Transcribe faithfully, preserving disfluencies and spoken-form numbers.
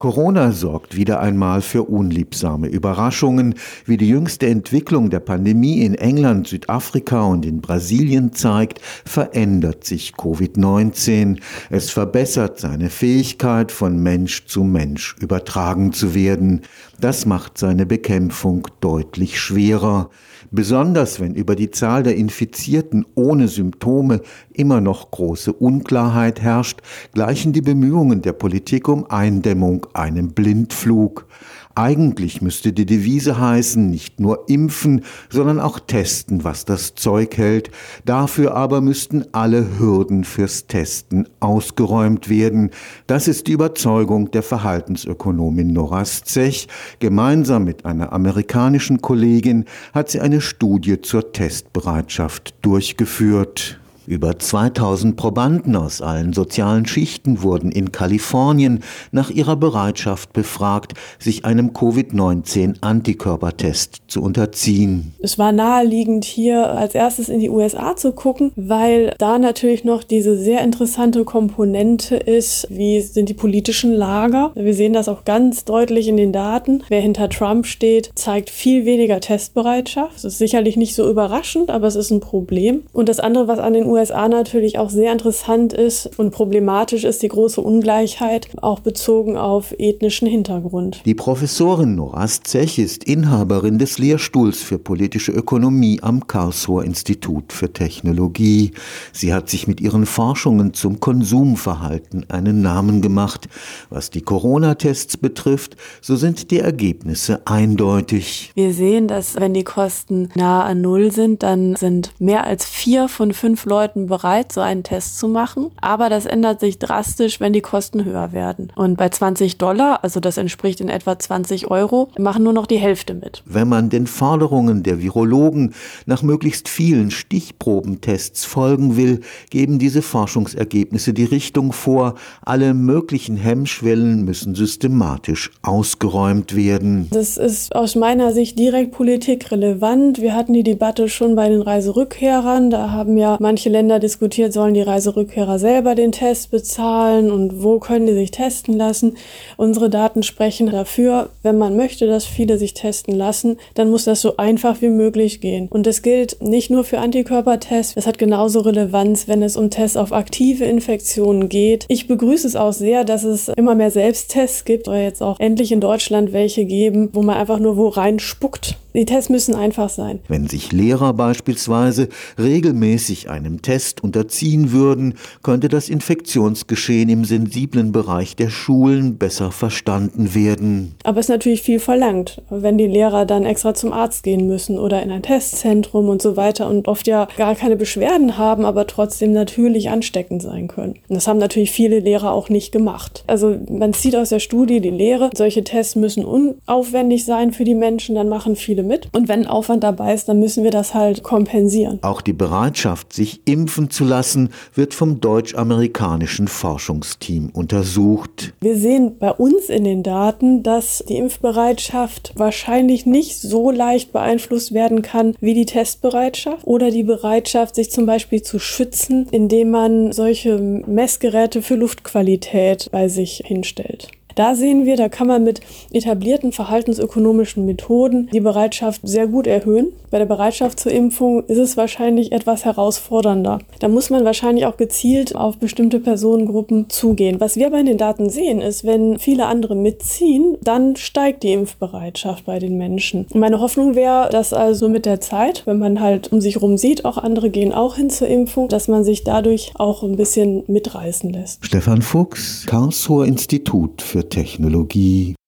Corona sorgt wieder einmal für unliebsame Überraschungen. Wie die jüngste Entwicklung der Pandemie in England, Südafrika und in Brasilien zeigt, verändert sich Covid neunzehn. Es verbessert seine Fähigkeit, von Mensch zu Mensch übertragen zu werden. Das macht seine Bekämpfung deutlich schwerer. Besonders wenn über die Zahl der Infizierten ohne Symptome immer noch große Unklarheit herrscht, gleichen die Bemühungen der Politik um Eindämmung einem Blindflug. Eigentlich müsste die Devise heißen, nicht nur impfen, sondern auch testen, was das Zeug hält. Dafür aber müssten alle Hürden fürs Testen ausgeräumt werden. Das ist die Überzeugung der Verhaltensökonomin Nora Szech. Gemeinsam mit einer amerikanischen Kollegin hat sie eine Studie zur Testbereitschaft durchgeführt. Über zweitausend Probanden aus allen sozialen Schichten wurden in Kalifornien nach ihrer Bereitschaft befragt, sich einem Covid neunzehn Antikörpertest zu unterziehen. Es war naheliegend, hier als erstes in die U S A zu gucken, weil da natürlich noch diese sehr interessante Komponente ist, wie sind die politischen Lager. Wir sehen das auch ganz deutlich in den Daten. Wer hinter Trump steht, zeigt viel weniger Testbereitschaft. Das ist sicherlich nicht so überraschend, aber es ist ein Problem. Und das andere, was an den U S A natürlich auch sehr interessant ist und problematisch ist, die große Ungleichheit, auch bezogen auf ethnischen Hintergrund. Die Professorin Nora Szech ist Inhaberin des Lehrstuhls für politische Ökonomie am Karlsruher Institut für Technologie. Sie hat sich mit ihren Forschungen zum Konsumverhalten einen Namen gemacht. Was die Corona-Tests betrifft, so sind die Ergebnisse eindeutig. Wir sehen, dass wenn die Kosten nahe an Null sind, dann sind mehr als vier von fünf Leuten bereit, so einen Test zu machen. Aber das ändert sich drastisch, wenn die Kosten höher werden. Und bei zwanzig Dollar, also das entspricht in etwa zwanzig Euro, machen nur noch die Hälfte mit. Wenn man den Forderungen der Virologen nach möglichst vielen Stichprobentests folgen will, geben diese Forschungsergebnisse die Richtung vor, alle möglichen Hemmschwellen müssen systematisch ausgeräumt werden. Das ist aus meiner Sicht direkt politikrelevant. Wir hatten die Debatte schon bei den Reiserückkehrern. Da haben ja manche Länder diskutiert, sollen die Reiserückkehrer selber den Test bezahlen und wo können die sich testen lassen. Unsere Daten sprechen dafür, wenn man möchte, dass viele sich testen lassen, dann muss das so einfach wie möglich gehen. Und das gilt nicht nur für Antikörpertests, das hat genauso Relevanz, wenn es um Tests auf aktive Infektionen geht. Ich begrüße es auch sehr, dass es immer mehr Selbsttests gibt, oder jetzt auch endlich in Deutschland welche geben, wo man einfach nur wo reinspuckt. Die Tests müssen einfach sein. Wenn sich Lehrer beispielsweise regelmäßig einem Test unterziehen würden, könnte das Infektionsgeschehen im sensiblen Bereich der Schulen besser verstanden werden. Aber es ist natürlich viel verlangt, wenn die Lehrer dann extra zum Arzt gehen müssen oder in ein Testzentrum und so weiter und oft ja gar keine Beschwerden haben, aber trotzdem natürlich ansteckend sein können. Und das haben natürlich viele Lehrer auch nicht gemacht. Also man zieht aus der Studie die Lehre, solche Tests müssen unaufwendig sein für die Menschen, dann machen viele mit. Und wenn Aufwand dabei ist, dann müssen wir das halt kompensieren. Auch die Bereitschaft, sich impfen zu lassen, wird vom deutsch-amerikanischen Forschungsteam untersucht. Wir sehen bei uns in den Daten, dass die Impfbereitschaft wahrscheinlich nicht so leicht beeinflusst werden kann wie die Testbereitschaft oder die Bereitschaft, sich zum Beispiel zu schützen, indem man solche Messgeräte für Luftqualität bei sich hinstellt. Da sehen wir, da kann man mit etablierten verhaltensökonomischen Methoden die Bereitschaft sehr gut erhöhen. Bei der Bereitschaft zur Impfung ist es wahrscheinlich etwas herausfordernder. Da muss man wahrscheinlich auch gezielt auf bestimmte Personengruppen zugehen. Was wir aber in den Daten sehen, ist, wenn viele andere mitziehen, dann steigt die Impfbereitschaft bei den Menschen. Und meine Hoffnung wäre, dass also mit der Zeit, wenn man halt um sich herum sieht, auch andere gehen auch hin zur Impfung, dass man sich dadurch auch ein bisschen mitreißen lässt. Stefan Fuchs, Karlsruher Institut für Technologie.